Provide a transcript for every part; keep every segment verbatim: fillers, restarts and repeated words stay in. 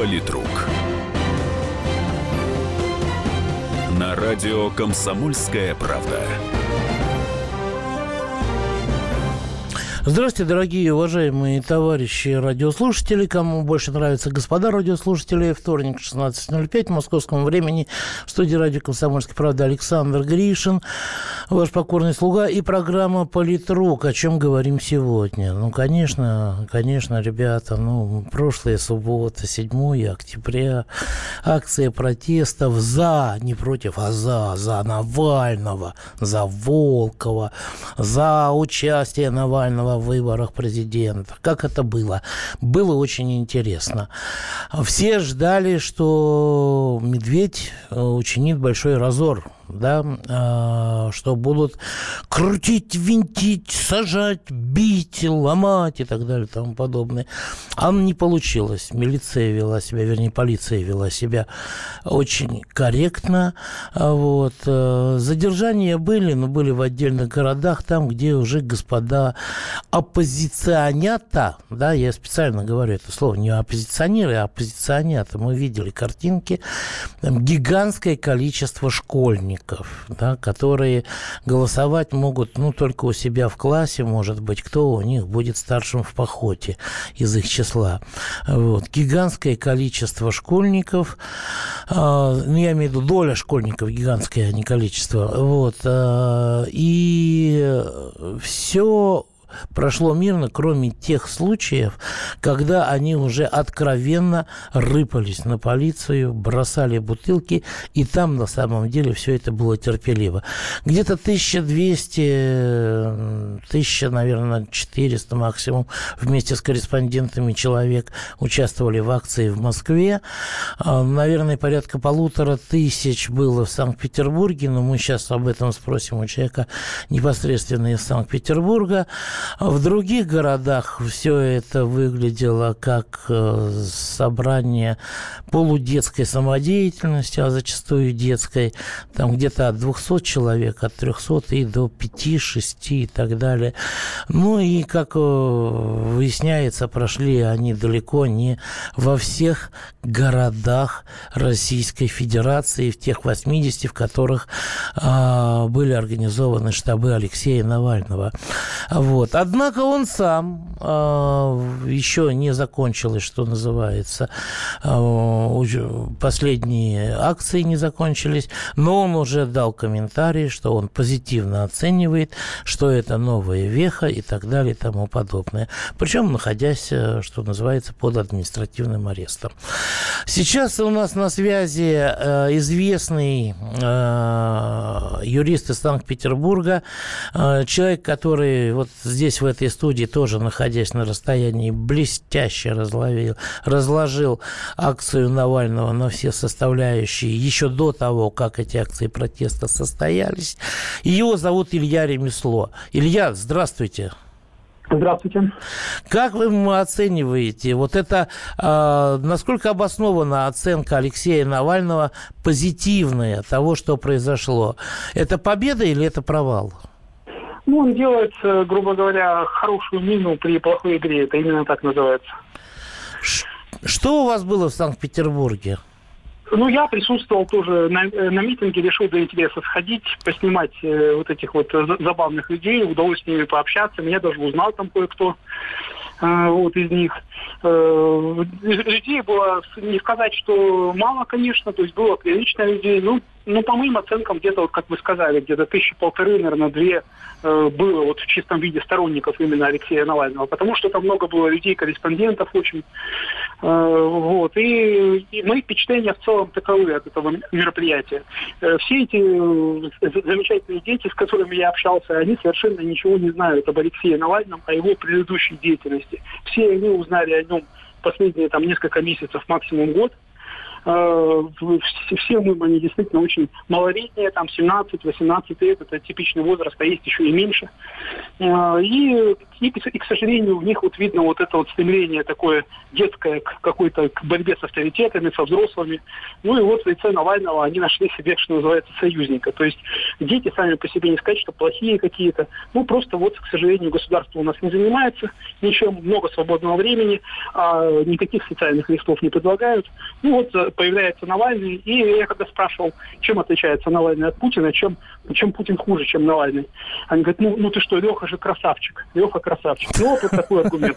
Политрук. На радио «Комсомольская правда». Здравствуйте, дорогие и уважаемые товарищи радиослушатели. Кому больше нравится, господа радиослушатели. Вторник, шестнадцать ноль пять, московскому времени. В студии радио «Комсомольская правда» Александр Гришин, ваш покорный слуга. И программа «Политрук». О чем говорим сегодня? Ну, конечно, конечно, ребята, ну, прошлая суббота, седьмое октября, акция протестов за, не против, а за, за Навального, за Волкова, за участие Навального в выборах президента. Как это было? Было очень интересно. Все ждали, что Медведь учинит большой разор, да, что будут крутить, винтить, сажать, бить, ломать и так далее и тому подобное. А не получилось. Милиция вела себя, вернее, полиция вела себя очень корректно. Вот. Задержания были, но были в отдельных городах, там, где уже господа оппозиционята, да, я специально говорю это слово, не оппозиционеры, а оппозиционята. Мы видели картинки, там гигантское количество школьников, да, которые голосовать могут, ну, только у себя в классе, может быть, кто у них будет старшим в походе из их числа. Вот. Гигантское количество школьников, э, ну, я имею в виду доля школьников гигантское, а не количество. Вот. Э, и все прошло мирно, кроме тех случаев, когда они уже откровенно рыпались на полицию, бросали бутылки, и там на самом деле все это было терпеливо. Где-то тысяча двести, тысяча, наверное, четыреста максимум вместе с корреспондентами человек участвовали в акции в Москве. Наверное, порядка полутора тысяч было в Санкт-Петербурге, но мы сейчас об этом спросим у человека непосредственно из Санкт-Петербурга. В других городах все это выглядело как собрание полудетской самодеятельности, а зачастую детской. Там где-то от двухсот человек, от трехсот и до пяти-шести и так далее. Ну и, как выясняется, прошли они далеко не во всех городах Российской Федерации, в тех восьмидесяти, в которых а, были организованы штабы Алексея Навального. Вот. Однако он сам э, еще не закончилось, что называется, э, последние акции не закончились, но он уже дал комментарий, что он позитивно оценивает, что это новая веха и так далее и тому подобное. Причем находясь, что называется, под административным арестом. Сейчас у нас на связи э, известный э, юрист из Санкт-Петербурга, э, человек, который вот здесь, в этой студии, тоже находясь на расстоянии, блестяще разловил, разложил акцию Навального на все составляющие еще до того, как эти акции протеста состоялись. Его зовут Илья Ремесло. Илья, здравствуйте. Здравствуйте. Как вы оцениваете, вот это, э, насколько обоснована оценка Алексея Навального позитивная того, что произошло? Это победа или это провал? Ну, он делает, грубо говоря, хорошую мину при плохой игре. Это именно так называется. Что у вас было в Санкт-Петербурге? Ну, я присутствовал тоже на, на митинге, решил до интереса сходить, поснимать э, вот этих вот забавных людей. Удалось с ними пообщаться. Меня даже узнал там кое-кто э, вот из них. Э, людей было, не сказать, что мало, конечно, то есть было прилично людей. Ну, ну, по моим оценкам, где-то, вот, как вы сказали, где-то тысячи полторы, наверное, две э, было вот в чистом виде сторонников именно Алексея Навального, потому что там много было людей, корреспондентов очень. Э, вот. И, и мои впечатления в целом таковы от этого мероприятия. Э, все эти э, замечательные дети, с которыми я общался, они совершенно ничего не знают об Алексее Навальном, о его предыдущей деятельности. Все они узнали о нем последние там несколько месяцев, максимум год. Все мы, они действительно очень малолетние, там семнадцать-восемнадцать лет, это типичный возраст, а есть еще и меньше. И, и, и, к сожалению, в них вот видно вот это вот стремление такое детское к какой-то к борьбе с авторитетами, со взрослыми. Ну и вот в лице Навального они нашли себе, что называется, союзника. То есть дети сами по себе не сказать, что плохие какие-то. Ну просто вот, к сожалению, государство у нас не занимается ничем, много свободного времени, а никаких социальных лифтов не предлагают. Ну вот появляется Навальный, и я когда спрашивал, чем отличается Навальный от Путина, чем, чем Путин хуже, чем Навальный. Они говорят, ну, ну ты что, Леха же красавчик. Леха красавчик. Ну, вот такой аргумент.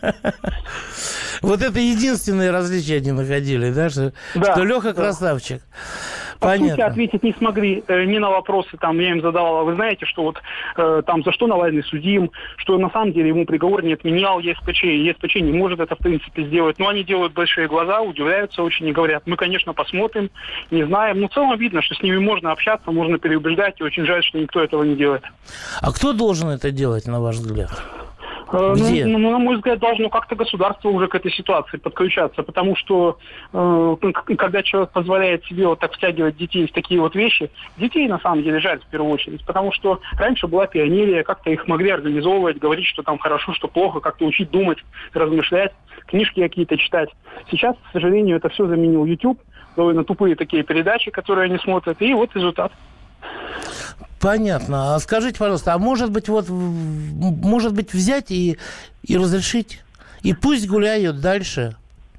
Вот это единственное различие они находили, да, что, да, что Леха да. красавчик. По Понятно. сути, ответить не смогли э, ни на вопросы, там, я им задавал, а вы знаете, что вот э, там за что Навальный судим, что на самом деле ему приговор не отменял ЕСПЧ, и ЕСПЧ не может это, в принципе, сделать. Но они делают большие глаза, удивляются очень и говорят, мы, конечно, посмотрим, не знаем. Но в целом видно, что с ними можно общаться, можно переубеждать, и очень жаль, что никто этого не делает. А кто должен это делать, на ваш взгляд? Где? Ну, ну, на мой взгляд, должно как-то государство уже к этой ситуации подключаться, потому что э, когда человек позволяет себе вот так втягивать детей в такие вот вещи, детей на самом деле жаль в первую очередь, потому что раньше была пионерия, как-то их могли организовывать, говорить, что там хорошо, что плохо, как-то учить думать, размышлять, книжки какие-то читать. Сейчас, к сожалению, это все заменил YouTube, довольно тупые такие передачи, которые они смотрят, и вот результат. Понятно. А скажите, пожалуйста, а может быть, вот, может быть, взять и, и разрешить? И пусть гуляют дальше?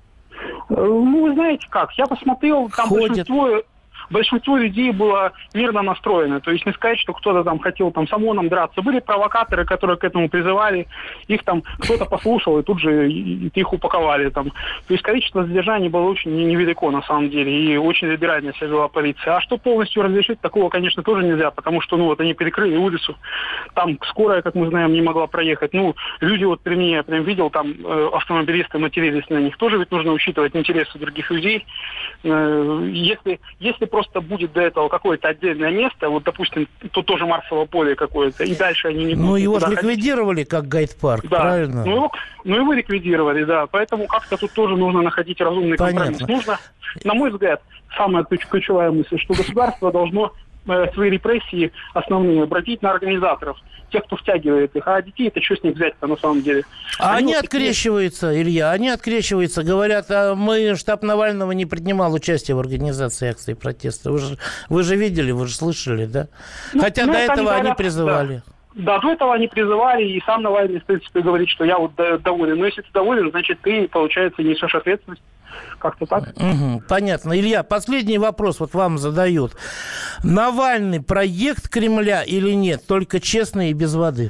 Ну, вы знаете как, я посмотрел, там Ходят. большинство... Большинство людей было мирно настроено. То есть не сказать, что кто-то там хотел там с ОМОНом драться. Были провокаторы, которые к этому призывали. Их там кто-то послушал, и тут же и, и их упаковали. Там. То есть количество задержаний было очень невелико на самом деле. И очень либерально себя вела полиция. А что полностью разрешить, такого, конечно, тоже нельзя. Потому что ну вот они перекрыли улицу. Там скорая, как мы знаем, не могла проехать. Ну, люди вот при мне, я прям видел, там э, автомобилисты матерились на них. Тоже ведь нужно учитывать интересы других людей. Э, если, если просто просто будет до этого какое-то отдельное место, вот, допустим, тут тоже Марсово поле какое-то, и дальше они не будут... Ну, его же ликвидировали, как гайд-парк, да. правильно? Ну его, ну, его ликвидировали, да. Поэтому как-то тут тоже нужно находить разумный компромисс. Понятно. Нужно, на мой взгляд, самая ключевая мысль, что государство должно э, свои репрессии основные обратить на организаторов, тех, кто втягивает их. А детей, это что с них взять-то на самом деле? А они, они вот открещиваются, такие... Илья, они открещиваются, говорят, а мы, штаб Навального не принимал участие в организации акции протеста. Вы же, вы же видели, вы же слышали, да? Ну, Хотя ну, до этого говорят, они призывали. Да. Да, до этого они призывали, и сам Навальный, в принципе, говорит, что я вот доволен. Но если ты доволен, значит, ты, получается, несешь ответственность. Как-то так. Угу, понятно. Илья, последний вопрос вот вам задают. Навальный проект Кремля или нет? Только честно и без воды.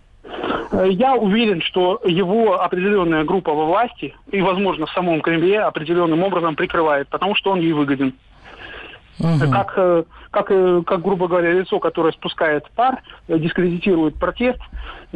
Я уверен, что его определенная группа во власти и, возможно, в самом Кремле определенным образом прикрывает, потому что он ей выгоден. Угу. Как, как, как, грубо говоря, лицо, которое спускает пар, дискредитирует протест, и,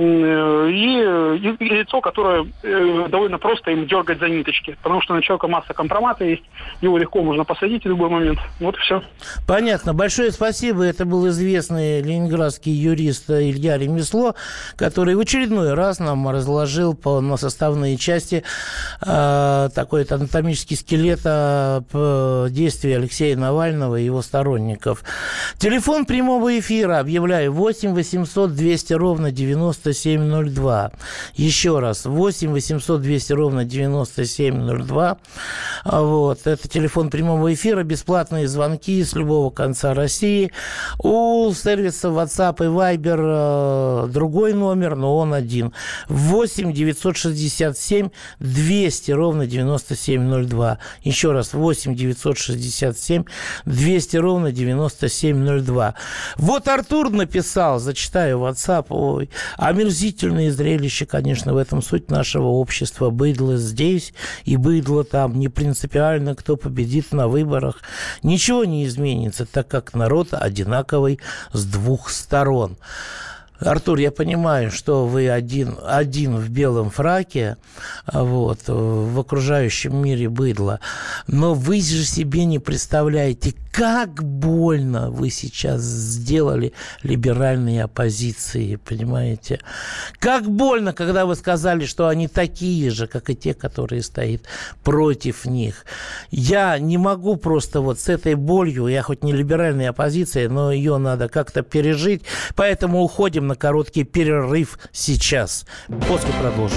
и, и лицо, которое довольно просто им дергать за ниточки, потому что на человека масса компромата есть, его легко можно посадить в любой момент. Вот и все. Понятно. Большое спасибо. Это был известный ленинградский юрист Илья Ремесло, который в очередной раз нам разложил по, на составные части э, такой анатомический скелет э, действий Алексея Навального и его сторонников. Телефон прямого эфира, объявляю, восемь восемьсот двести ровно девяносто семь ноль два. Еще раз, восемь восемьсот двести ровно девяносто семь ноль два. Вот. Это телефон прямого эфира, бесплатные звонки с любого конца России. У сервиса WhatsApp и Viber э, другой номер, но он один. восемь девятьсот шестьдесят семь двести ровно девяносто семь ноль два. Еще раз, восемь девятьсот шестьдесят семь двести ровно девяносто семь ноль два. Вот Артур написал, зачитаю WhatsApp. Ой, омерзительное зрелище, конечно, в этом суть нашего общества. Быдло здесь и быдло там. Не принципиально, кто победит на выборах. Ничего не изменится, так как народ одинаковый с двух сторон. Артур, я понимаю, что вы один, один в белом фраке, вот, в окружающем мире быдло, но вы же себе не представляете, как больно вы сейчас сделали либеральной оппозиции, понимаете? Как больно, когда вы сказали, что они такие же, как и те, которые стоят против них. Я не могу просто вот с этой болью, я хоть не либеральная оппозиция, но ее надо как-то пережить, поэтому уходим на на короткий перерыв сейчас. После продолжим.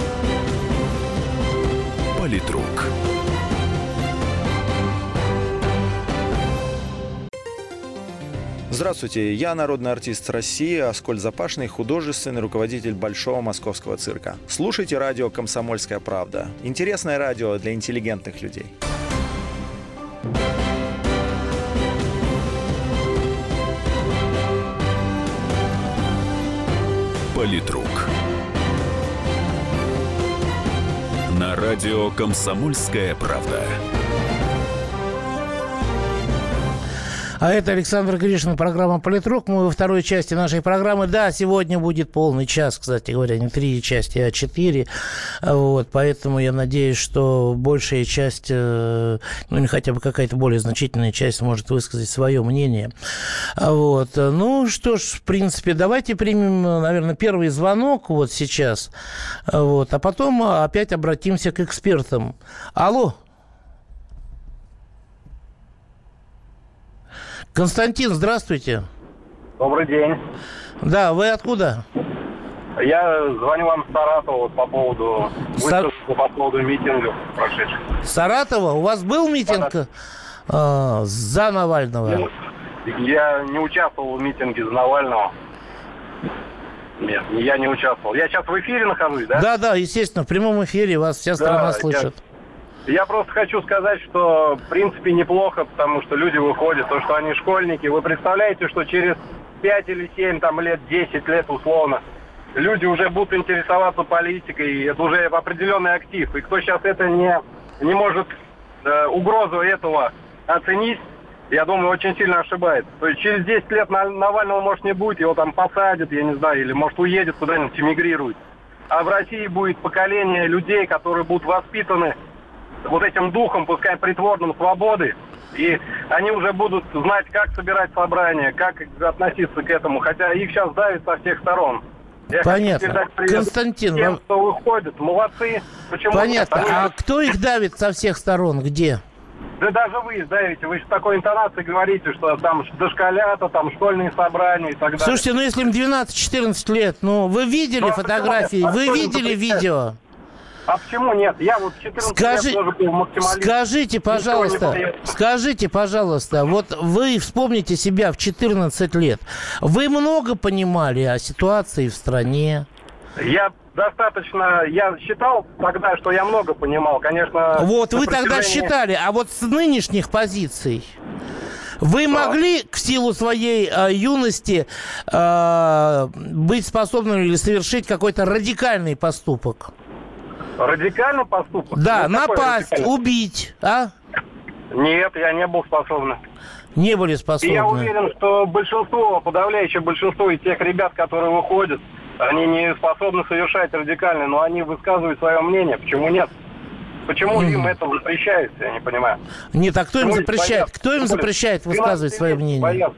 Политрук. Здравствуйте, я народный артист России Аскольд Запашный, художественный руководитель Большого московского цирка. Слушайте радио «Комсомольская правда». Интересное радио для интеллигентных людей. Политрук. На радио «Комсомольская правда». А это Александр Гришин, программа «Политрук». Мы во второй части нашей программы. Да, сегодня будет полный час, кстати говоря, не три части, а четыре. Вот, поэтому я надеюсь, что большая часть, ну, или хотя бы какая-то более значительная часть может высказать свое мнение. Вот. Ну, что ж, в принципе, давайте примем, наверное, первый звонок вот сейчас. Вот, а потом опять обратимся к экспертам. Алло. Константин, здравствуйте. Добрый день. Да, вы откуда? Я звоню вам с Саратова вот по поводу Сар... выставки, по поводу митингов прошедших. Саратова? У вас был митинг э, за Навального? Я не участвовал в митинге за Навального. Нет, я не участвовал. Я сейчас в эфире нахожусь, да? Да, да, естественно, в прямом эфире вас вся страна да, слышит. Я... Я просто хочу сказать, что в принципе неплохо, потому что люди выходят, то, что они школьники. Вы представляете, что через пять или семь там, лет, десять лет условно, люди уже будут интересоваться политикой, и это уже определенный актив. И кто сейчас это не, не может, э, угрозу этого оценить, я думаю, очень сильно ошибается. То есть через десять лет Навального, может, не будет, его там посадят, я не знаю, или, может, уедет куда-нибудь, эмигрирует. А в России будет поколение людей, которые будут воспитаны вот этим духом, пускай притворным, свободы, и они уже будут знать, как собирать собрания, как относиться к этому, хотя их сейчас давят со всех сторон. Я Понятно. Константин, тем, вам... кто выходит, молодцы. Почему Понятно. Они... А кто их давит со всех сторон? Где? Да даже вы их давите. Вы же с такой интонацией говорите, что там дошколята, там школьные собрания и так далее. Слушайте, ну если им двенадцать-четырнадцать лет, ну вы видели ну, фотографии, а вы видели видео? А почему нет? Я вот четырнадцать Скажи, лет тоже был максималист. Скажите, пожалуйста, скажите, пожалуйста, вот вы вспомните себя в четырнадцать лет. Вы много понимали о ситуации в стране? Я достаточно, я считал тогда, что я много понимал, конечно. Вот, вы тогда считали, а вот с нынешних позиций... Вы могли в силу своей э, юности э, быть способным или совершить какой-то радикальный поступок? Радикальный поступок? Да, ну, напасть, убить, а? Нет, я не был способен. Не были способны. И я уверен, что большинство, подавляющее большинство из тех ребят, которые выходят, они не способны совершать радикальные, но они высказывают свое мнение. Почему нет? Почему mm. им это запрещается, я не понимаю. Нет, а кто им запрещает? Кто им запрещает высказывать свое мнение? Боятся.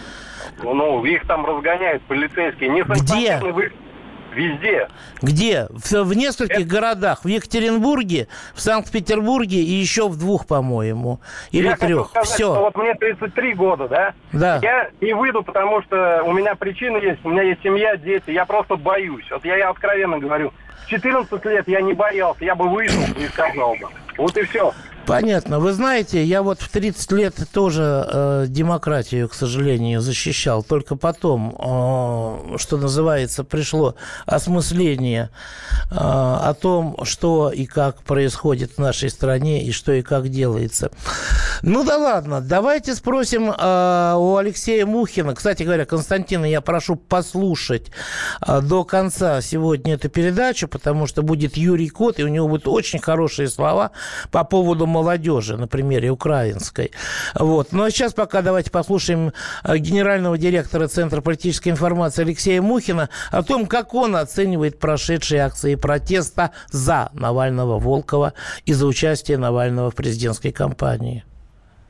Ну, их там разгоняют полицейские. Не Где? Вы... Везде. Где? В, в нескольких это... городах. В Екатеринбурге, в Санкт-Петербурге и еще в двух, по-моему. Или я трех. Хочу сказать, Все. Что вот мне тридцать три года, да? Да. Я не выйду, потому что у меня причины есть. У меня есть семья, дети. Я просто боюсь. Вот я, я откровенно говорю. В четырнадцать лет я не боялся. Я бы вышел и сказал бы. Вот и все. Понятно. Вы знаете, я вот в тридцать лет тоже э, демократию, к сожалению, защищал. Только потом, э, что называется, пришло осмысление э, о том, что и как происходит в нашей стране и что и как делается. Ну да ладно, давайте спросим э, у Алексея Мухина. Кстати говоря, Константина, я прошу послушать э, до конца сегодня эту передачу, потому что будет Юрий Кот, и у него будут очень хорошие слова по поводу молодежи, на примере украинской. Вот. Ну а сейчас пока давайте послушаем генерального директора Центра политической информации Алексея Мухина о том, как он оценивает прошедшие акции протеста за Навального, Волкова и за участие Навального в президентской кампании.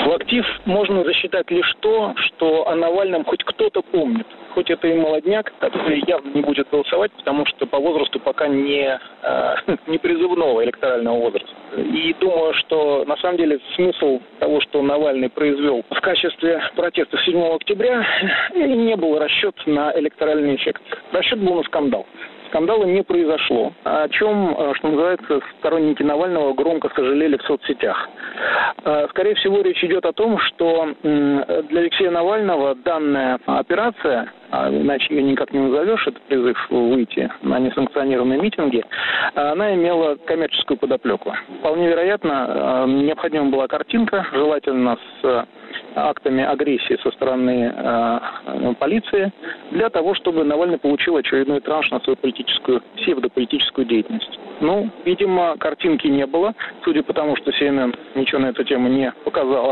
В актив можно засчитать лишь то, что о Навальном хоть кто-то помнит. Хоть это и молодняк, который явно не будет голосовать, потому что по возрасту пока не, э, не призывного электорального возраста. И думаю, что на самом деле смысл того, что Навальный произвел в качестве протеста седьмого октября, не был расчет на электоральный эффект. Расчет был на скандал. Скандала не произошло, о чем, что называется, сторонники Навального громко сожалели в соцсетях. Скорее всего, речь идет о том, что для Алексея Навального данная операция, иначе ее никак не назовешь, это призыв выйти на несанкционированные митинги, она имела коммерческую подоплеку. Вполне вероятно, необходима была картинка, желательно с актами агрессии со стороны э, полиции, для того, чтобы Навальный получил очередной транш на свою политическую, псевдополитическую деятельность. Ну, видимо, картинки не было, судя по тому, что си эн эн ничего на эту тему не показала.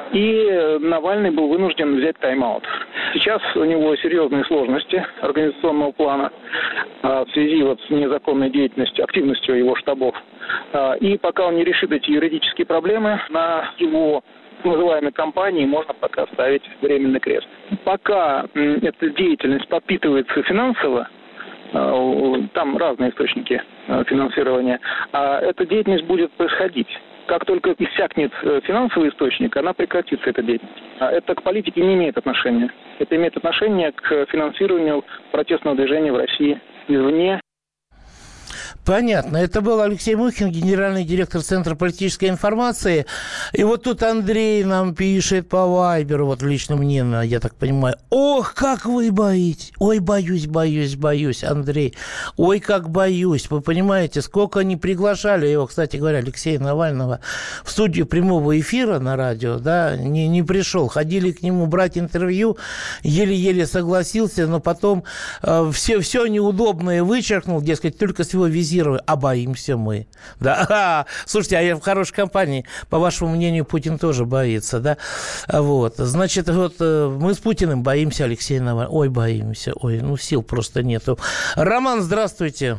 И Навальный был вынужден взять тайм-аут. Сейчас у него серьезные сложности организационного плана э, в связи вот с незаконной деятельностью, активностью его штабов. Э, и пока он не решит эти юридические проблемы, на его называемой компании можно пока ставить временный крест. Пока м, эта деятельность подпитывается финансово, э, там разные источники э, финансирования, а эта деятельность будет происходить. Как только иссякнет э, финансовый источник, она прекратится, эта деятельность. А это к политике не имеет отношения. Это имеет отношение к финансированию протестного движения в России извне. Понятно. Это был Алексей Мухин, генеральный директор Центра политической информации. И вот тут Андрей нам пишет по Вайберу, вот лично мне, я так понимаю, ох, как вы боитесь. Ой, боюсь, боюсь, боюсь, Андрей. Ой, как боюсь. Вы понимаете, сколько они приглашали его, кстати говоря, Алексея Навального в студию прямого эфира на радио, да, не, не пришел. Ходили к нему брать интервью, еле-еле согласился, но потом э, все, все неудобное вычеркнул, дескать, только с его визированием. А боимся мы. Да. А, слушайте, а я в хорошей компании. По вашему мнению, Путин тоже боится, да? Вот. Значит, вот мы с Путиным боимся Алексея Навального. Ой, боимся. Ой, ну сил просто нету. Роман, здравствуйте.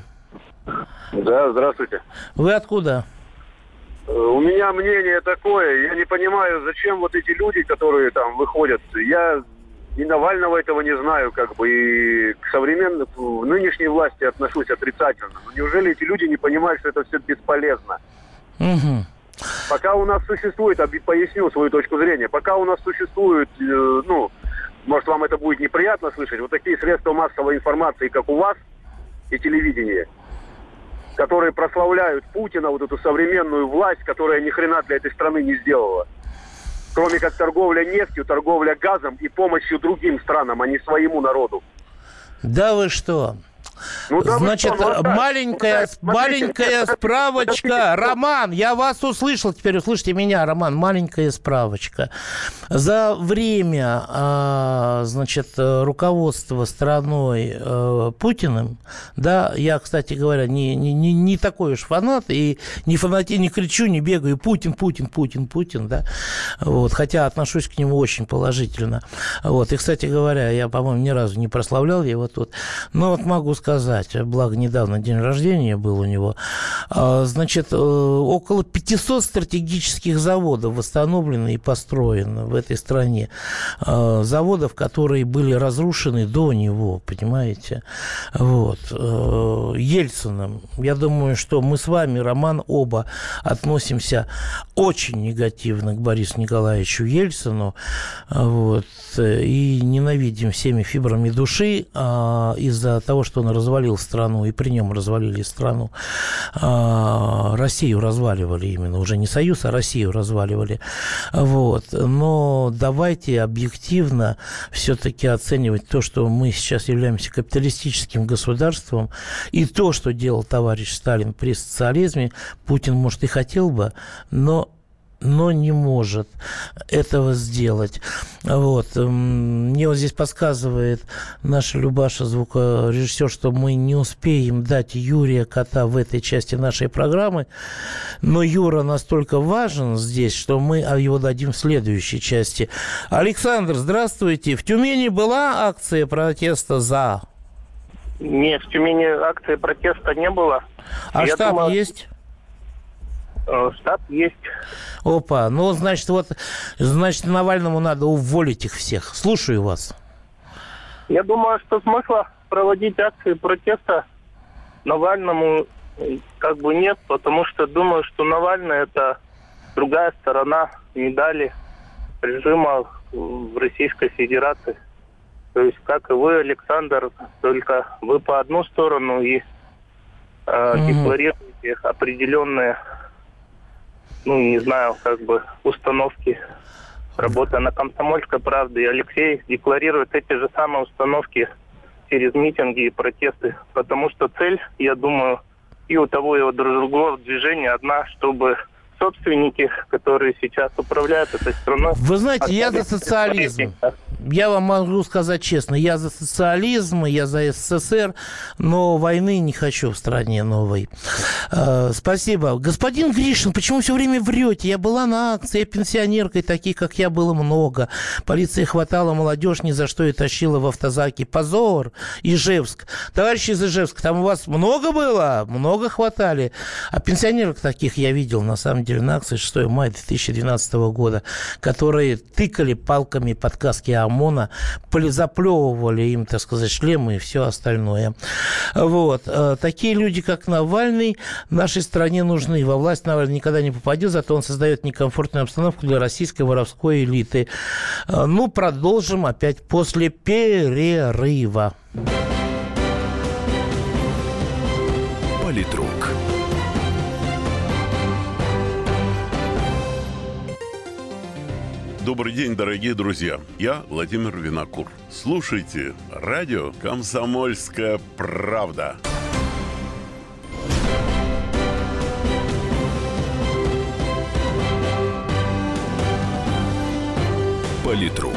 Да, здравствуйте. Вы откуда? У меня мнение такое. Я не понимаю, зачем вот эти люди, которые там выходят. Я и Навального этого не знаю, как бы, и к современной, к нынешней власти отношусь отрицательно. Но неужели эти люди не понимают, что это все бесполезно? Угу. Пока у нас существует, поясню свою точку зрения, пока у нас существует, э, ну, может, вам это будет неприятно слышать, вот такие средства массовой информации, как у вас, и телевидение, которые прославляют Путина, вот эту современную власть, которая ни хрена для этой страны не сделала. Кроме как торговля нефтью, торговля газом и помощью другим странам, а не своему народу. Да вы что? Ну, да Значит, что, ну, маленькая, ну, маленькая справочка. Роман, я вас услышал, теперь услышьте меня, Роман. Маленькая справочка. За время, значит, руководства страной Путиным, да, я, кстати говоря, не, не, не такой уж фанат, и не фанати, не кричу, не бегаю, Путин, Путин, Путин, Путин, да, вот, хотя отношусь к нему очень положительно. Вот, и, кстати говоря, я, по-моему, ни разу не прославлял его тут, но вот могу сказать, благо недавно день рождения был у него, значит, около пятисот стратегических заводов восстановлено и построено в этой стране. Заводов, которые были разрушены до него, понимаете? Вот. Ельциным. Я думаю, что мы с вами, Роман, оба относимся очень негативно к Борису Николаевичу Ельцину. Вот. И ненавидим всеми фибрами души из-за того, что он развалил страну, и при нем развалили страну. Россию разваливали именно, уже не Союз, а Россию разваливали. Вот. Но давайте объективно все-таки оценивать то, что мы сейчас являемся капиталистическим государством, и то, что делал товарищ Сталин при социализме. Путин, может, и хотел бы, но но не может этого сделать. Вот. Мне вот здесь подсказывает наша Любаша, звукорежиссер, что мы не успеем дать Юрия Кота в этой части нашей программы, но Юра настолько важен здесь, что мы его дадим в следующей части. Александр, здравствуйте. В Тюмени была акция протеста «За»? Нет, в Тюмени акции протеста не было. А Я штаб думаю... есть? Штаб есть. Опа, ну, значит, вот, значит, Навальному надо уволить их всех. Слушаю вас. Я думаю, что смысла проводить акции протеста Навальному как бы нет, потому что думаю, что Навальный – это другая сторона медали режима в Российской Федерации. То есть, как и вы, Александр, только вы по одну сторону и э, mm-hmm. декларируете определенные, ну, не знаю, как бы установки. Работа на «Комсомольской правде», и Алексей декларирует эти же самые установки через митинги и протесты. Потому что цель, я думаю, и у того, и у другого движения одна, чтобы собственники, которые сейчас управляют этой страной... Вы знаете, я за социализм. Я вам могу сказать честно, я за социализм, я за СССР, но войны не хочу в стране новой. Э, спасибо. Господин Гришин, почему все время врете? Я была на акции, я пенсионеркой, таких, как я, было много. Полиция хватала молодежь ни за что и тащила в автозаки. Позор! Ижевск. Товарищи из Ижевска, там у вас много было? Много хватали. А пенсионерок таких я видел, на самом деле, на акции шестого мая две тысячи двенадцатого года, которые тыкали палками под каски ОМОНа, заплевывали им, так сказать, шлемы и все остальное. Вот. Такие люди, как Навальный, нашей стране нужны. Во власть Навальный никогда не попадет, зато он создает некомфортную обстановку для российской воровской элиты. Ну, продолжим опять после перерыва. Политрук. Добрый день, дорогие друзья. Я Владимир Винокур. Слушайте радио «Комсомольская правда». Политрук.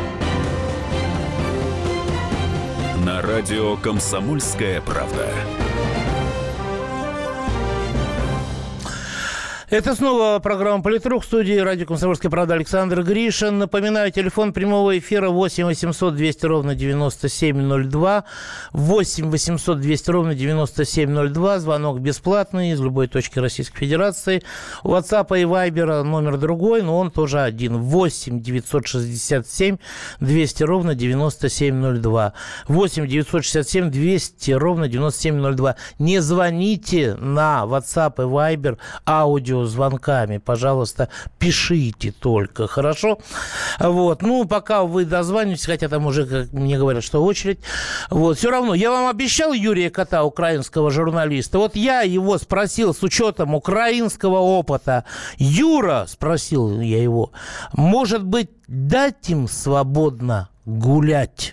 На радио «Комсомольская правда». Это снова программа «Политрук», в студии радио «Комсомольская правда» Александр Гришин. Напоминаю, телефон прямого эфира восемь восемьсот двести ровно девяносто семь ноль два. восемь восемьсот двести ровно девяносто семь ноль два. Звонок бесплатный из любой точки Российской Федерации. У WhatsApp и Viber номер другой, но он тоже один. восемь девятьсот шестьдесят семь двести ровно девяносто семь ноль два. восемь девятьсот шестьдесят семь двести ровно девяносто семь ноль два. Не звоните на WhatsApp и Viber аудио звонками, пожалуйста, пишите только, хорошо? Вот, ну, пока вы дозвонитесь, хотя там уже, как мне говорят, что очередь, вот, все равно, я вам обещал Юрия Кота, украинского журналиста, вот я его спросил с учетом украинского опыта, Юра, спросил я его, может быть, дать им свободно гулять?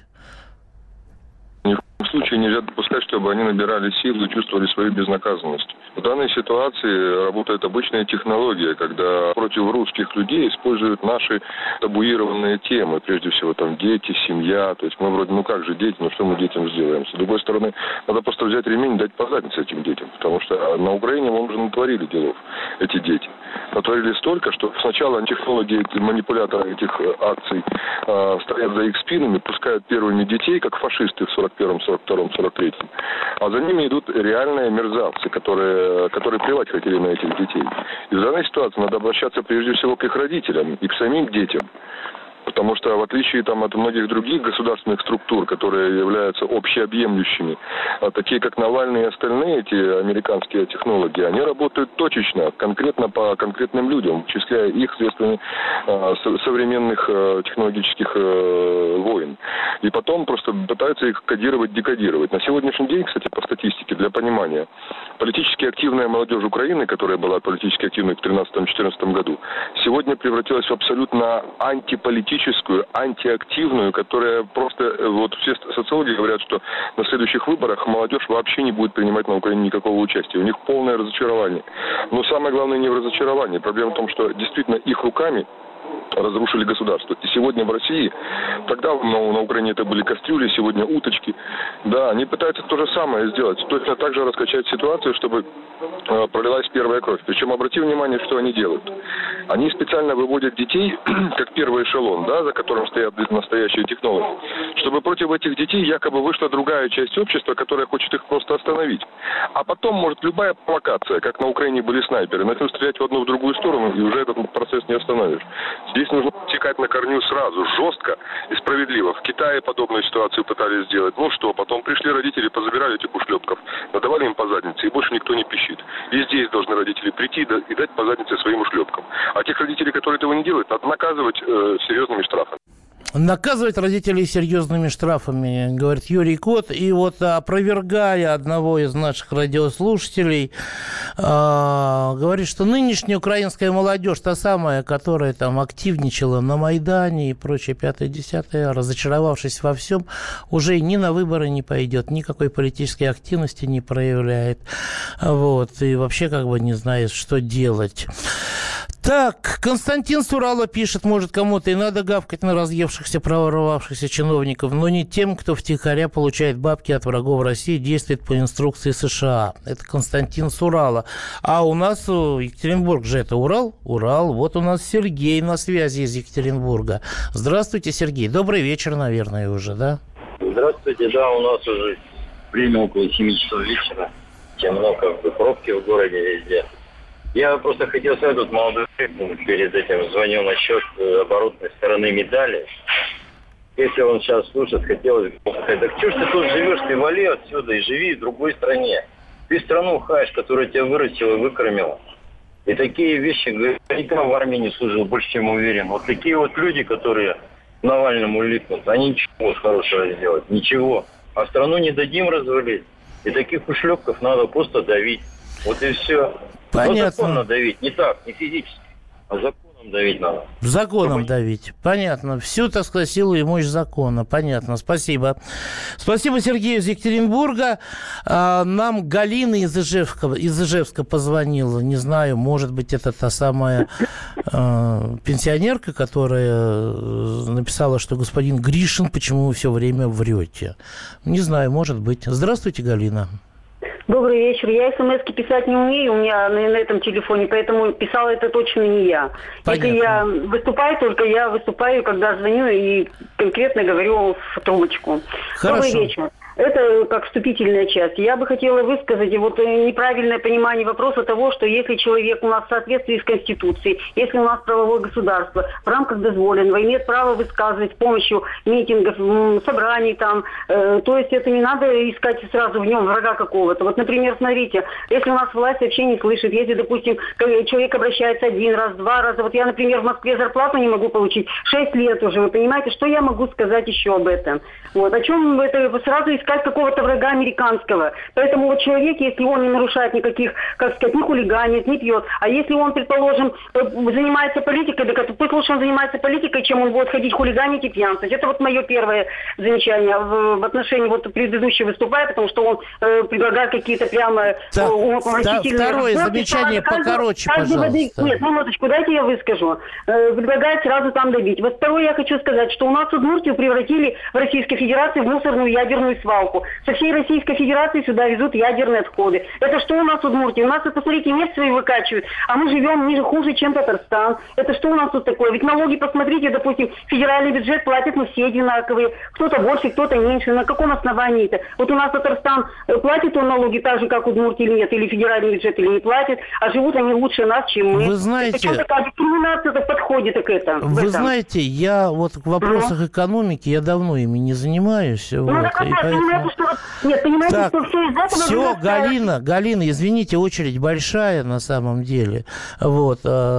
Ни в коем случае нельзя допускать, чтобы они набирали силы и чувствовали свою безнаказанность. В данной ситуации работает обычная технология, когда против русских людей используют наши табуированные темы. Прежде всего, там, дети, семья. То есть мы вроде, ну как же дети, ну что мы детям сделаем? С другой стороны, надо просто взять ремень и дать по заднице этим детям. Потому что на Украине мы уже натворили делов, эти дети. Натворили столько, что сначала технологии, манипуляторы этих акций э, стоят за их спинами, пускают первыми детей, как фашисты в сорок первом, сорок втором, сорок третьем. А за ними идут реальные мерзавцы, которые, которые плевать хотели на этих детей. И в данной ситуации надо обращаться прежде всего к их родителям и к самим детям. Потому что, в отличие там, от многих других государственных структур, которые являются общеобъемлющими, а такие как Навальный и остальные эти американские технологии, они работают точечно, конкретно по конкретным людям, вычисляя их средствами а, современных а, технологических а, войн. И потом просто пытаются их кодировать, декодировать. На сегодняшний день, кстати, по статистике, для понимания, политически активная молодежь Украины, которая была политически активной в тринадцатом-четырнадцатом году, сегодня превратилась в абсолютно антиполитическую, антиактивную, которая просто, вот все социологи говорят, что на следующих выборах молодежь вообще не будет принимать на Украине никакого участия. У них полное разочарование. Но самое главное не в разочаровании. Проблема в том, что действительно их руками разрушили государство. И сегодня в России, тогда ну, на Украине это были кастрюли, сегодня уточки. Да, они пытаются то же самое сделать. Точно так же раскачать ситуацию, чтобы э, пролилась первая кровь. Причем обрати внимание, что они делают. Они специально выводят детей, как первый эшелон, да, за которым стоят настоящие технологии, чтобы против этих детей якобы вышла другая часть общества, которая хочет их просто остановить. А потом, может, любая провокация, как на Украине были снайперы, начнут стрелять в одну в другую сторону, и уже этот процесс не остановишь. Здесь нужно текать на корню сразу, жестко и справедливо. В Китае подобную ситуацию пытались сделать. Ну что, потом пришли родители, позабирали этих ушлепков, надавали им по заднице, и больше никто не пищит. И здесь должны родители прийти и дать по заднице своим ушлепкам. А тех родителей, которые этого не делают, надо наказывать э, серьезными штрафами. Наказывать родителей серьезными штрафами, говорит Юрий Кот. И вот, опровергая одного из наших радиослушателей, э, говорит, что нынешняя украинская молодежь, та самая, которая там активничала на Майдане и прочее, пятое-десятое, разочаровавшись во всем, уже ни на выборы не пойдет, никакой политической активности не проявляет. Вот, и вообще как бы не знает, что делать. Так, Константин с Урала пишет, может, кому-то и надо гавкать на разъевшихся, проворовавшихся чиновников, но не тем, кто втихаря получает бабки от врагов России, действует по инструкции США. Это Константин с Урала. А у нас Екатеринбург же это Урал? Урал. Вот у нас Сергей на связи из Екатеринбурга. Здравствуйте, Сергей. Добрый вечер, наверное, уже, да? Здравствуйте, да, у нас уже время около семи часов вечера. Темно, как бы, пробки в городе везде. Я просто хотел сказать, тут молодой человек перед этим звонил насчет оборотной стороны медали. Если он сейчас слушает, хотелось бы сказать, так что ж ты тут живешь, ты вали отсюда и живи в другой стране. Ты страну хаешь, которая тебя вырастила и выкормила. И такие вещи, наверняка в армии не служил, больше чем уверен. Вот такие вот люди, которые Навальному липнут, они ничего хорошего сделать, ничего. А страну не дадим развалить. И таких ушлепков надо просто давить. Вот и все. Понятно. Но законно давить, не так, не физически, а законом давить надо. Законом Чтобы... давить, понятно. Всю, так сказать, силу и мощь закона, понятно. Спасибо. Спасибо Сергею из Екатеринбурга. А, нам Галина из Ижевска, из Ижевска позвонила. Не знаю, может быть, это та самая а, пенсионерка, которая написала, что господин Гришин, почему вы все время врете. Не знаю, может быть. Здравствуйте, Галина. Добрый вечер. Я смс-ки писать не умею, у меня на, на этом телефоне, поэтому писала это точно не я. Понятно. Если я выступаю, только я выступаю, когда звоню и конкретно говорю в трубочку. Хорошо. Добрый вечер. Это как вступительная часть. Я бы хотела высказать вот неправильное понимание вопроса того, что если человек у нас в соответствии с Конституцией, если у нас правовое государство в рамках дозволенного имеет право высказывать с помощью митингов, собраний там, э, то есть это не надо искать сразу в нем врага какого-то. Вот, например, смотрите, если у нас власть вообще не слышит, если, допустим, человек обращается один раз, два раза, вот я, например, в Москве зарплату не могу получить, шесть лет уже, вы понимаете, что я могу сказать еще об этом? Вот, о чем это сразу искать какого-то врага американского. Поэтому вот человек, если он не нарушает никаких, как сказать, не хулиганит, не пьет, а если он, предположим, занимается политикой, так пусть лучше он занимается политикой, чем он будет ходить хулиганить и пьянствовать. Это вот мое первое замечание в, в отношении вот предыдущего выступая, потому что он э, предлагает какие-то прямо так, умопомрачительные... Второе разборки, замечание каждый, покороче, каждый пожалуйста. Воды... Нет, минуточку, дайте я выскажу. Э, предлагает сразу там добить. Вот второе я хочу сказать, что у нас Удмуртию превратили в Российской Федерации в мусорную ядерную свалку. Со всей Российской Федерации сюда везут ядерные отходы. Это что у нас в Удмуртии? У нас, посмотрите, нефть свою выкачивают, а мы живем ниже, хуже, чем Татарстан. Это что у нас тут такое? Ведь налоги, посмотрите, допустим, федеральный бюджет платит, мы все одинаковые. Кто-то больше, кто-то меньше. На каком основании-то? Вот у нас Татарстан платит он налоги так же, как Удмуртия или нет, или федеральный бюджет, или не платит, а живут они лучше нас, чем мы. Вы знаете... Почему такая дискриминация подходит к этому? Вы знаете, я вот в вопросах mm-hmm. экономики, я давно ими не занимаюсь. Ну, вот, так, поэтому... что... Нет, понимаете, так, что все из этого... Все, Галина, Галина, извините, очередь большая на самом деле. Вот.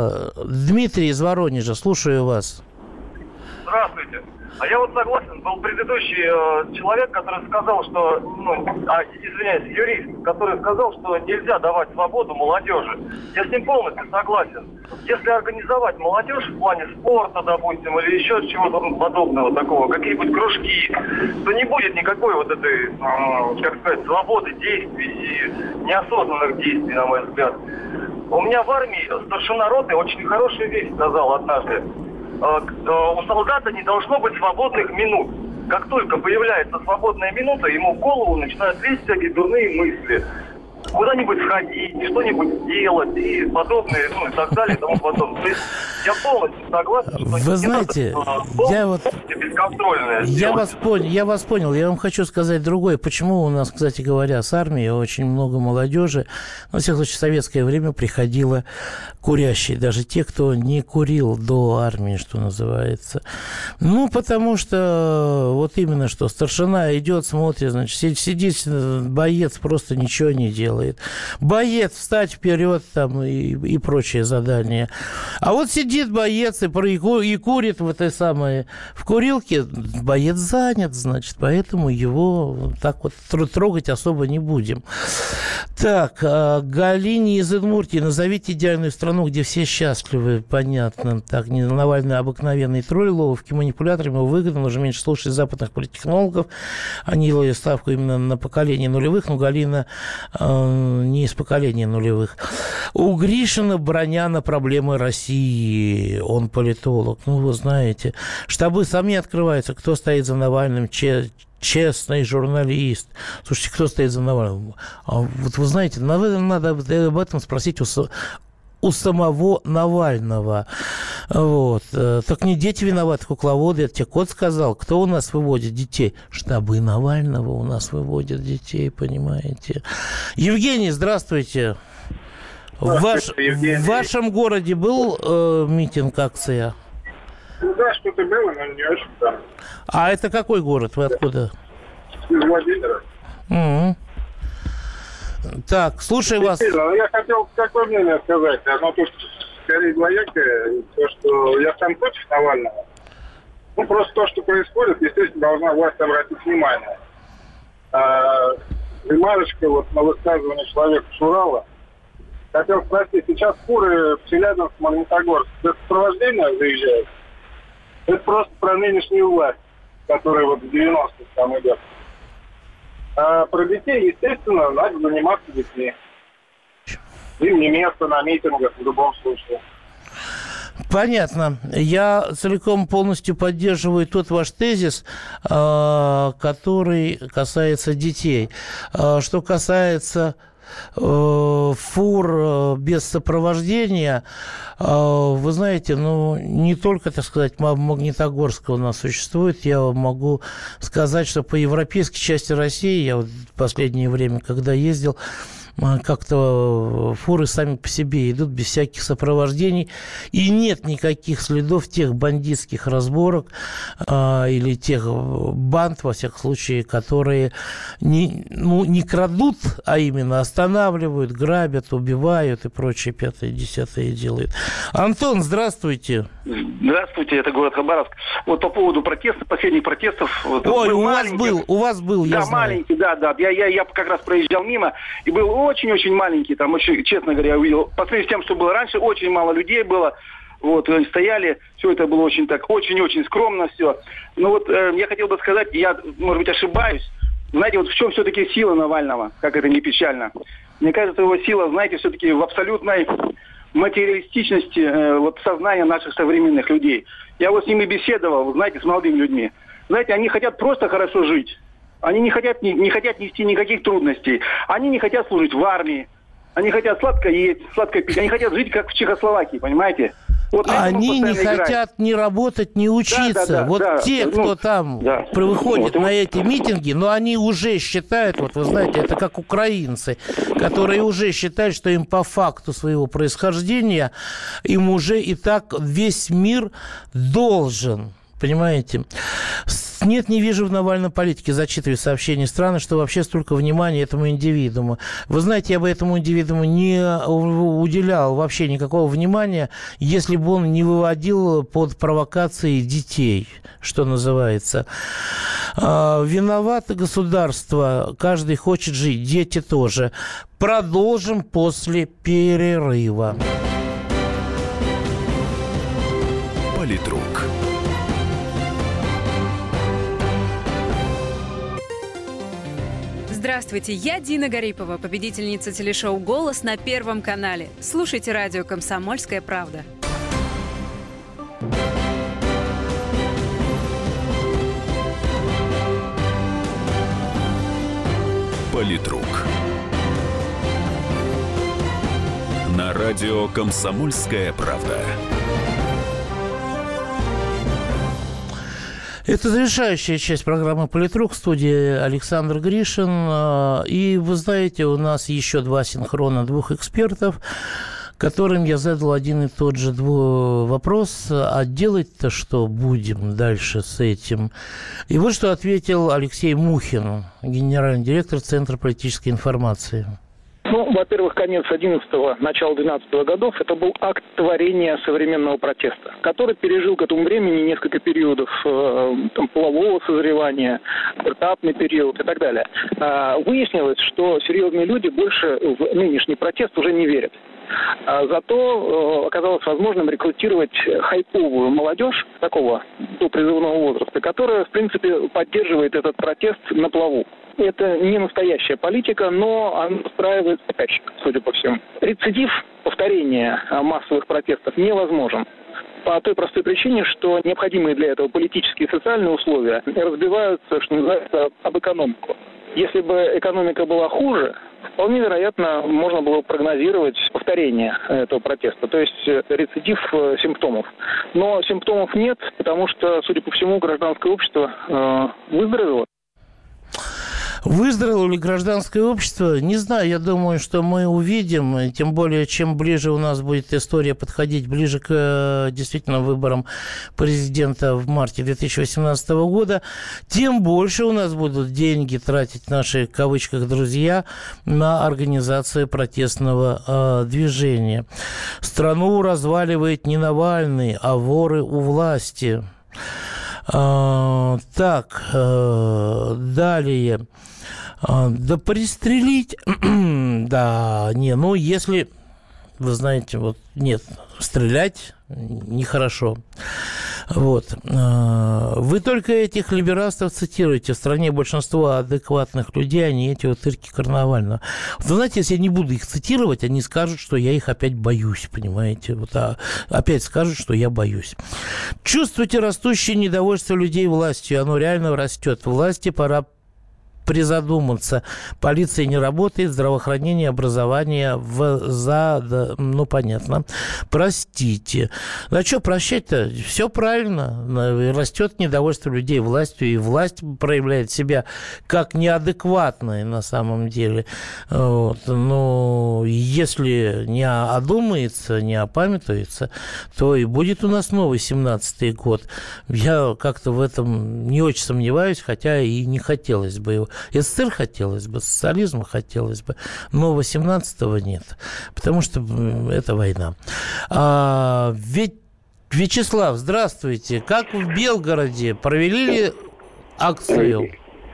Дмитрий из Воронежа, слушаю вас. Здравствуйте. А я вот согласен, был предыдущий э, человек, который сказал, что, ну, а, извиняюсь, юрист, который сказал, что нельзя давать свободу молодежи. Я с ним полностью согласен. Если организовать молодежь в плане спорта, допустим, или еще чего-то подобного такого, какие-нибудь кружки, то не будет никакой вот этой, э, как сказать, свободы действий и неосознанных действий, на мой взгляд. У меня в армии старшина роты очень хорошую вещь сказал однажды. у солдата не должно быть свободных минут. Как только появляется свободная минута, ему в голову начинают лезть всякие дурные мысли. Куда-нибудь сходить, что-нибудь делать и подобное, ну и так далее, и тому подобное. То есть я полностью согласен, что... Вы знаете, надо, я вот... бесконтрольное я вас, понял, я вас понял. Я вам хочу сказать другое. Почему у нас, кстати говоря, с армией очень много молодежи, во всяком случае, в советское время приходило курящие, даже те, кто не курил до армии, что называется. Ну, потому что вот именно что старшина идет, смотрит, значит, сидит боец, просто ничего не делает. Боец, встать вперед там и, и прочие задания. А вот сидит боец и, и курит в этой самой в курилке, боец занят, значит, поэтому его так вот трогать особо не будем. Так, Галине из Удмуртии, назовите идеальную страну, где все счастливы, понятно. Так, не Навальный обыкновенный тролль, ловкий манипулятор, ему выгодно, нужно меньше слушать западных политтехнологов. Они делали ставку именно на поколение нулевых, но Галина э, не из поколения нулевых. У Гришина броня на проблемы России. Он политолог. Ну, вы знаете. Штабы сами открываются. Кто стоит за Навальным? Че честный журналист. Слушайте, кто стоит за Навальным? А вот вы знаете, надо об этом спросить у, у самого Навального. Вот. Так не дети виноваты, кукловоды. Это тебе кот сказал. Кто у нас выводит детей? Штабы Навального у нас выводят детей, понимаете? Евгений, здравствуйте. В, ваш, в вашем городе был э, митинг, акция? Ну да, что-то было, но не очень там. А это какой город? Вы откуда? Из Владимира. Угу. Так, слушай вас. Я хотел какое мнение сказать. Оно тут скорее двоякое. То, что я сам против Навального. Ну, просто то, что происходит, естественно, должна власть обратить внимание. А, ремарочка вот на высказывание человека с Урала. Хотел спросить, сейчас фуры в Челябинск, Магнитогорск без сопровождения заезжают? Это просто про нынешнюю власть, которая вот в девяностых там идет. А про детей, естественно, надо заниматься детьми. Им не место на митингах в любом случае. Понятно. Я целиком полностью поддерживаю тот ваш тезис, который касается детей. Что касается фур без сопровождения, вы знаете, ну, не только, так сказать, Магнитогорска у нас существует, я могу сказать, что по европейской части России, я вот в последнее время, когда ездил, как-то фуры сами по себе идут без всяких сопровождений, и нет никаких следов тех бандитских разборок а, или тех банд, во всяком случае, которые не, ну, не крадут, а именно останавливают, грабят, убивают и прочее пятое, десятое делают. Антон, здравствуйте. Здравствуйте, это город Хабаровск. Вот по поводу протестов, последних протестов. Вот, Ой, у вас был, у вас был, я да, знаю. маленький, да, да. Я, я, я как раз проезжал мимо, и был очень-очень маленький, там, очень, честно говоря, я увидел. По сравнению с тем, что было раньше, очень мало людей было. Вот, стояли, все это было очень так, очень-очень скромно все. Но вот э, я хотел бы сказать, я, может быть, ошибаюсь, знаете, вот в чем все-таки сила Навального, как это не печально. Мне кажется, его сила, знаете, все-таки в абсолютной материалистичности э, вот сознания наших современных людей. Я вот с ними беседовал, знаете, с молодыми людьми. Знаете, они хотят просто хорошо жить. Они не хотят, не, не хотят нести никаких трудностей. Они не хотят служить в армии. Они хотят сладко есть, сладко пить. Они хотят жить, как в Чехословакии, понимаете? Вот они не играть. хотят ни работать, ни учиться. Да, да, да, вот да, те, кто ну, там да. выходит вот, на эти митинги, но они уже считают, вот вы знаете, это как украинцы, которые уже считают, что им по факту своего происхождения, им уже и так весь мир должен. Понимаете? Нет, не вижу в Навальном политике, зачитываю сообщения. Странно, что вообще столько внимания этому индивидууму. Вы знаете, я бы этому индивидууму не уделял вообще никакого внимания, если бы он не выводил под провокации детей, что называется. Виновато государство, каждый хочет жить, дети тоже. Продолжим после перерыва. Политрук. Здравствуйте, я Дина Гарипова, победительница телешоу «Голос» на Первом канале. Слушайте радио «Комсомольская правда». Политрук. На радио «Комсомольская правда». Это завершающая часть программы «Политрук», в студии Александр Гришин. И вы знаете, у нас еще два синхрона двух экспертов, которым я задал один и тот же вопрос: а делать-то что будем дальше с этим? И вот что ответил Алексей Мухин, генеральный директор Центра политической информации. Ну, во-первых, конец одиннадцатого, начало двенадцатого годов – это был акт творения современного протеста, который пережил к этому времени несколько периодов э, там, полового созревания, этапный период и так далее. А, выяснилось, что серьезные люди больше в нынешний протест уже не верят. А зато э, оказалось возможным рекрутировать хайповую молодежь такого до призывного возраста, которая, в принципе, поддерживает этот протест на плаву. Это не настоящая политика, но она устраивает заказчика, судя по всему. Рецидив, повторение массовых протестов невозможен. По той простой причине, что необходимые для этого политические и социальные условия разбиваются, что называется, об экономику. Если бы экономика была хуже, вполне вероятно, можно было прогнозировать повторение этого протеста, то есть рецидив симптомов. Но симптомов нет, потому что, судя по всему, гражданское общество э, выздоровело. Выздоровело ли гражданское общество? Не знаю, я думаю, что мы увидим, тем более, чем ближе у нас будет история подходить, ближе к действительно выборам президента в марте две тысячи восемнадцатого года, тем больше у нас будут деньги тратить наши, в кавычках, друзья на организацию протестного э, движения. Страну разваливает не Навальный, а воры у власти. Э, так, э, далее. Да пристрелить, да, не, ну, если, вы знаете, вот, нет, стрелять нехорошо. Вот. Вы только этих либерастов цитируете. В стране большинство адекватных людей, они эти вот тырки карнавального. Вы знаете, если я не буду их цитировать, они скажут, что я их опять боюсь, понимаете? Вот, а опять скажут, что я боюсь. Чувствуете растущее недовольство людей властью. Оно реально растет. Власти пора призадуматься. Полиция не работает, здравоохранение, образование в за... Да, ну, понятно. Простите. Ну, а что прощать-то? Все правильно. Растет недовольство людей властью, и власть проявляет себя как неадекватная на самом деле. Вот. Но если не одумается, не опамятуется, то и будет у нас новый семнадцатый год. Я как-то в этом не очень сомневаюсь, хотя и не хотелось бы его. СССР хотелось бы, социализма хотелось бы, но восемнадцатого нет, потому что это война. А, ведь, Вячеслав, здравствуйте. Как в Белгороде провели ли акцию?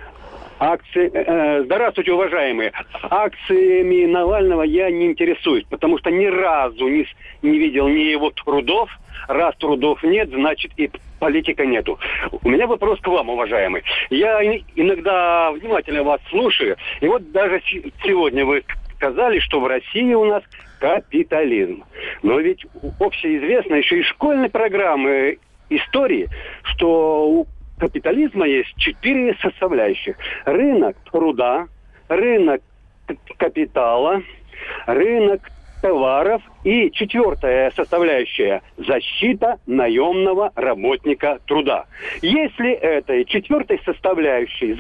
Акции, э, здравствуйте, уважаемые. Акциями Навального я не интересуюсь, потому что ни разу не, не видел ни его трудов. Раз трудов нет, значит и политика нету. У меня вопрос к вам, уважаемый. Я иногда внимательно вас слушаю, и вот даже сегодня вы сказали, что в России у нас капитализм. Но ведь общеизвестно еще из школьной программы истории, что у капитализма есть четыре составляющих. Рынок труда, рынок капитала, рынок товаров и четвертая составляющая – защита наемного работника труда. Если этой четвертой составляющей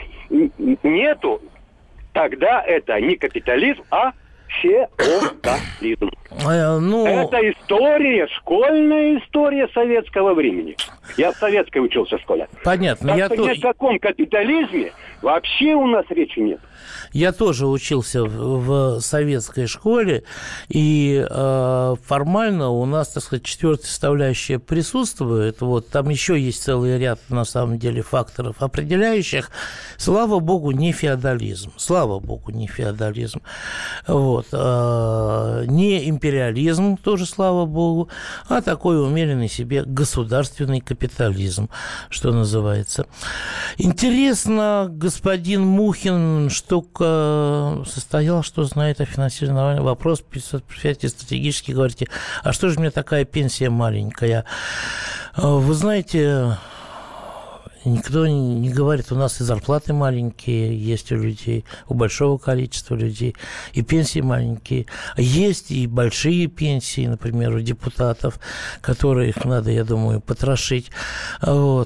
нету, тогда это не капитализм, а феодализм. А, ну... Это история, школьная история советского времени. Я в советской учился в школе. Понятно. Так я что то... ни о каком капитализме вообще у нас речи нет. Я тоже учился в, в советской школе, и э, формально у нас, так сказать, четвертая составляющая присутствует. Вот, там еще есть целый ряд, на самом деле, факторов определяющих. Слава богу, не феодализм. Слава богу, не феодализм. Вот, э, не империализм, тоже слава богу, а такой умеренный себе государственный капитализм, что называется. Интересно, господин Мухин, что состоял, что знает о финансировании Навального. Вопрос предприятия стратегически, говорите, а что же у меня такая пенсия маленькая? Вы знаете, Никто не говорит, у нас и зарплаты маленькие есть у людей, у большого количества людей, и пенсии маленькие. Есть и большие пенсии, например, у депутатов, которые их надо, я думаю, потрошить. Вот.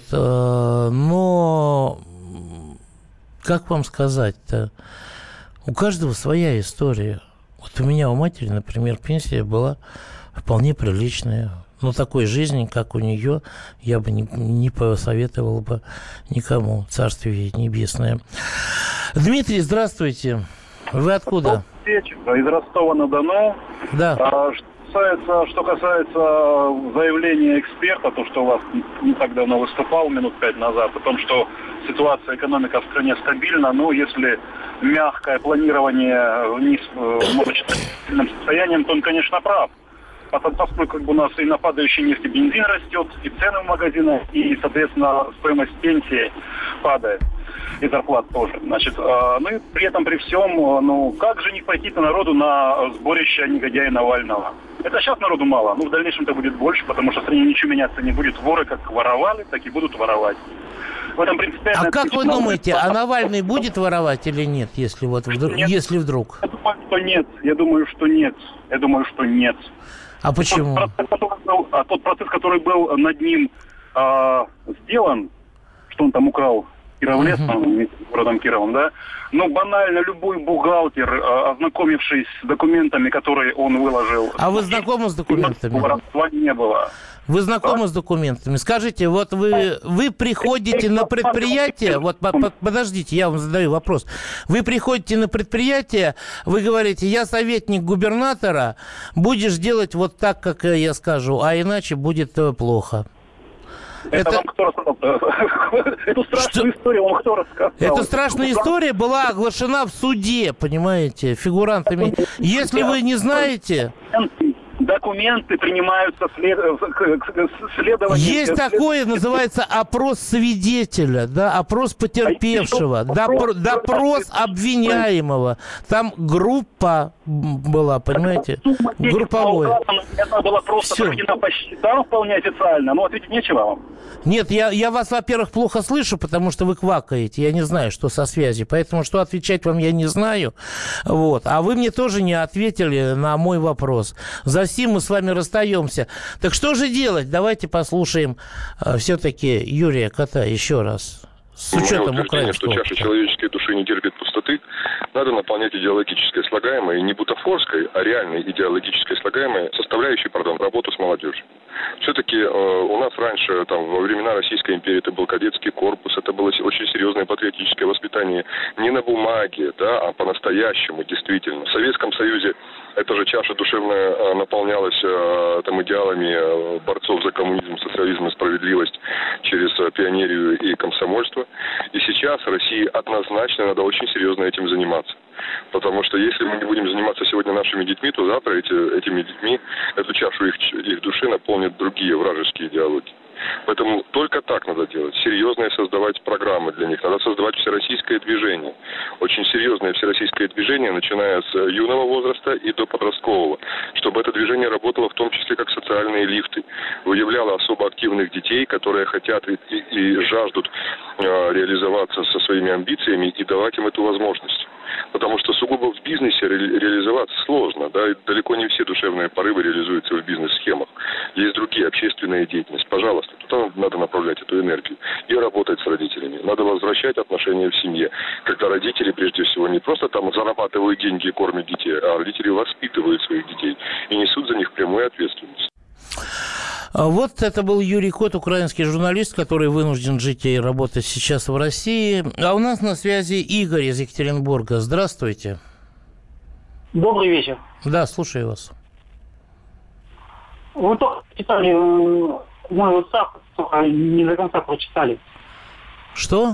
Но, как вам сказать-то, у каждого своя история. Вот у меня, у матери, например, пенсия была вполне приличная. Но такой жизни, как у нее, я бы не, не посоветовал бы никому. Царствие небесное. Дмитрий, здравствуйте. Вы откуда? Из Ростова-на-Дону. Да. А, что касается, что касается заявления эксперта, то, что у вас не так давно выступал, минут пять назад, о том, что ситуация экономика в стране стабильна, но если мягкое планирование вниз может быть стабильным состоянием, то он, конечно, прав. Поскольку как бы у нас и на падающей нефти бензин растет, и цены в магазинах, и, соответственно, стоимость пенсии падает, и зарплат тоже. Значит, э, ну и при этом, при всем, э, ну, как же не пойти-то народу на сборище негодяя Навального? Это сейчас народу мало, но в дальнейшем это будет больше, потому что в стране ничего меняться не будет. Воры как воровали, так и будут воровать. В этом принципиально... А как вы думаете, а Навальный будет воровать или нет, если вот вдруг? Нет. Если вдруг? Я думаю, что нет. Я думаю, что нет. Я думаю, что нет. А почему? Тот процесс, был, а тот процесс, который был над ним а, сделан, что он там украл Кировлес, uh-huh. городом Кировом, да, ну, банально, любой бухгалтер, а, ознакомившись с документами, которые он выложил... А вы знакомы с документами? Воровства не было. Вы знакомы а? с документами? Скажите, вот вы, вы приходите на предприятие, вот подождите, я вам задаю вопрос. Вы приходите на предприятие, вы говорите, я советник губернатора, будешь делать вот так, как я скажу, а иначе будет плохо. Это, это... вам кто рассказал? Эту страшную Что? историю вам кто рассказал? Эта страшная история была оглашена в суде, понимаете, фигурантами. Если вы не знаете... Документы принимаются след... следование. Есть такое, называется опрос свидетеля, да, опрос потерпевшего, допро... допрос обвиняемого. Там группа была, понимаете, групповое. Это было просто проведено по счетам вполне официально, но ответить нечего вам. Нет, я, я вас, во-первых, плохо слышу, потому что вы квакаете. Я не знаю, что со связью. Поэтому что отвечать вам я не знаю. Вот. А вы мне тоже не ответили на мой вопрос. За сим мы с вами расстаемся. Так что же делать? Давайте послушаем э, все-таки Юрия Кота еще раз. С учетом украинского. Что чаша человеческой души не терпит пустоты, надо наполнять идеологической слагаемой, не бутафорской, а реальной идеологической слагаемой, составляющей, пардон, работу с молодежью. Все-таки э, у нас раньше, там, во времена Российской империи, это был кадетский корпус, это было очень серьезное патриотическое воспитание не на бумаге, да, а по-настоящему, действительно. В Советском Союзе эта же чаша душевная э, наполнялась э, там, идеалами э, борцов за коммунизм, социализм и справедливость через э, пионерию и комсомольство. И сейчас России однозначно надо очень серьезно этим заниматься. Потому что если мы не будем заниматься сегодня нашими детьми, то завтра эти, этими детьми эту чашу их, их души наполнят другие вражеские идеологии. Поэтому только так надо делать. Серьезные создавать программы для них. Надо создавать всероссийское движение. Очень серьезное всероссийское движение, начиная с юного возраста и до подросткового. Чтобы это движение работало в том числе как социальные лифты. Выявляло особо активных детей, которые хотят и, и, и жаждут э, реализоваться со своими амбициями и давать им эту возможность. Потому что сугубо в бизнесе ре- реализоваться сложно. Да? И далеко не все душевные порывы реализуются в бизнес-схемах. Есть другие, общественная деятельность. Пожалуйста, туда надо направлять эту энергию. И работать с родителями. Надо возвращать отношения в семье. Когда родители, прежде всего, не просто там зарабатывают деньги и кормят детей, а родители воспитывают своих детей и несут за них прямую ответственность. Вот это был Юрий Кот, украинский журналист, который вынужден жить и работать сейчас в России. А у нас на связи Игорь из Екатеринбурга. Здравствуйте. Добрый вечер. Да, слушаю вас. Вы только читали мой WhatsApp, только не до конца прочитали. Что?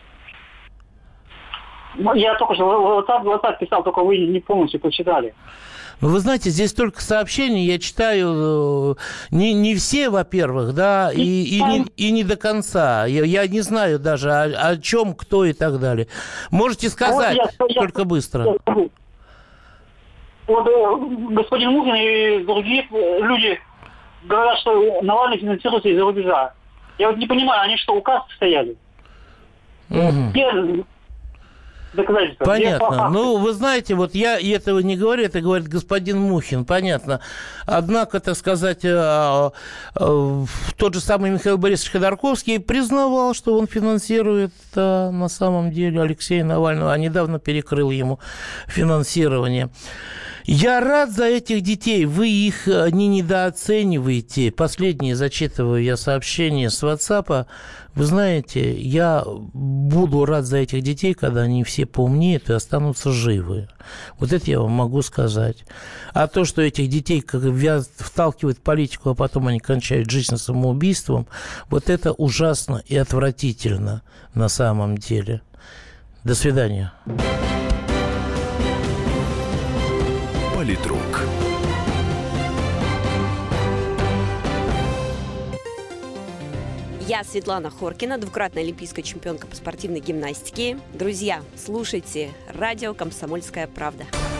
Я только что WhatsApp, WhatsApp писал, только вы не полностью прочитали. Ну, вы знаете, здесь только сообщения, я читаю не, не все, во-первых, да, и, и, не, и не до конца. Я, я не знаю даже, о, о чем, кто и так далее. Можете сказать, вот я, только я, быстро. Я, вот господин Мухин и другие люди говорят, что Навальный финансируется из-за рубежа. Я вот не понимаю, они что, указ стояли? Угу. Где доказательства? Понятно. Ну, вы знаете, вот я этого не говорю, это говорит господин Мухин, понятно. Однако, так сказать, тот же самый Михаил Борисович Ходорковский признавал, что он финансирует на самом деле Алексея Навального, а недавно перекрыл ему финансирование. Я рад за этих детей, вы их не недооцениваете. Последнее зачитываю я сообщение с WhatsApp. Вы знаете, я буду рад за этих детей, когда они все поумнеют и останутся живы. Вот это я вам могу сказать. А то, что этих детей как вталкивают в политику, а потом они кончают жизнь самоубийством, вот это ужасно и отвратительно на самом деле. До свидания. Политрук. Я Светлана Хоркина, двукратная олимпийская чемпионка по спортивной гимнастике. Друзья, слушайте радио «Комсомольская правда».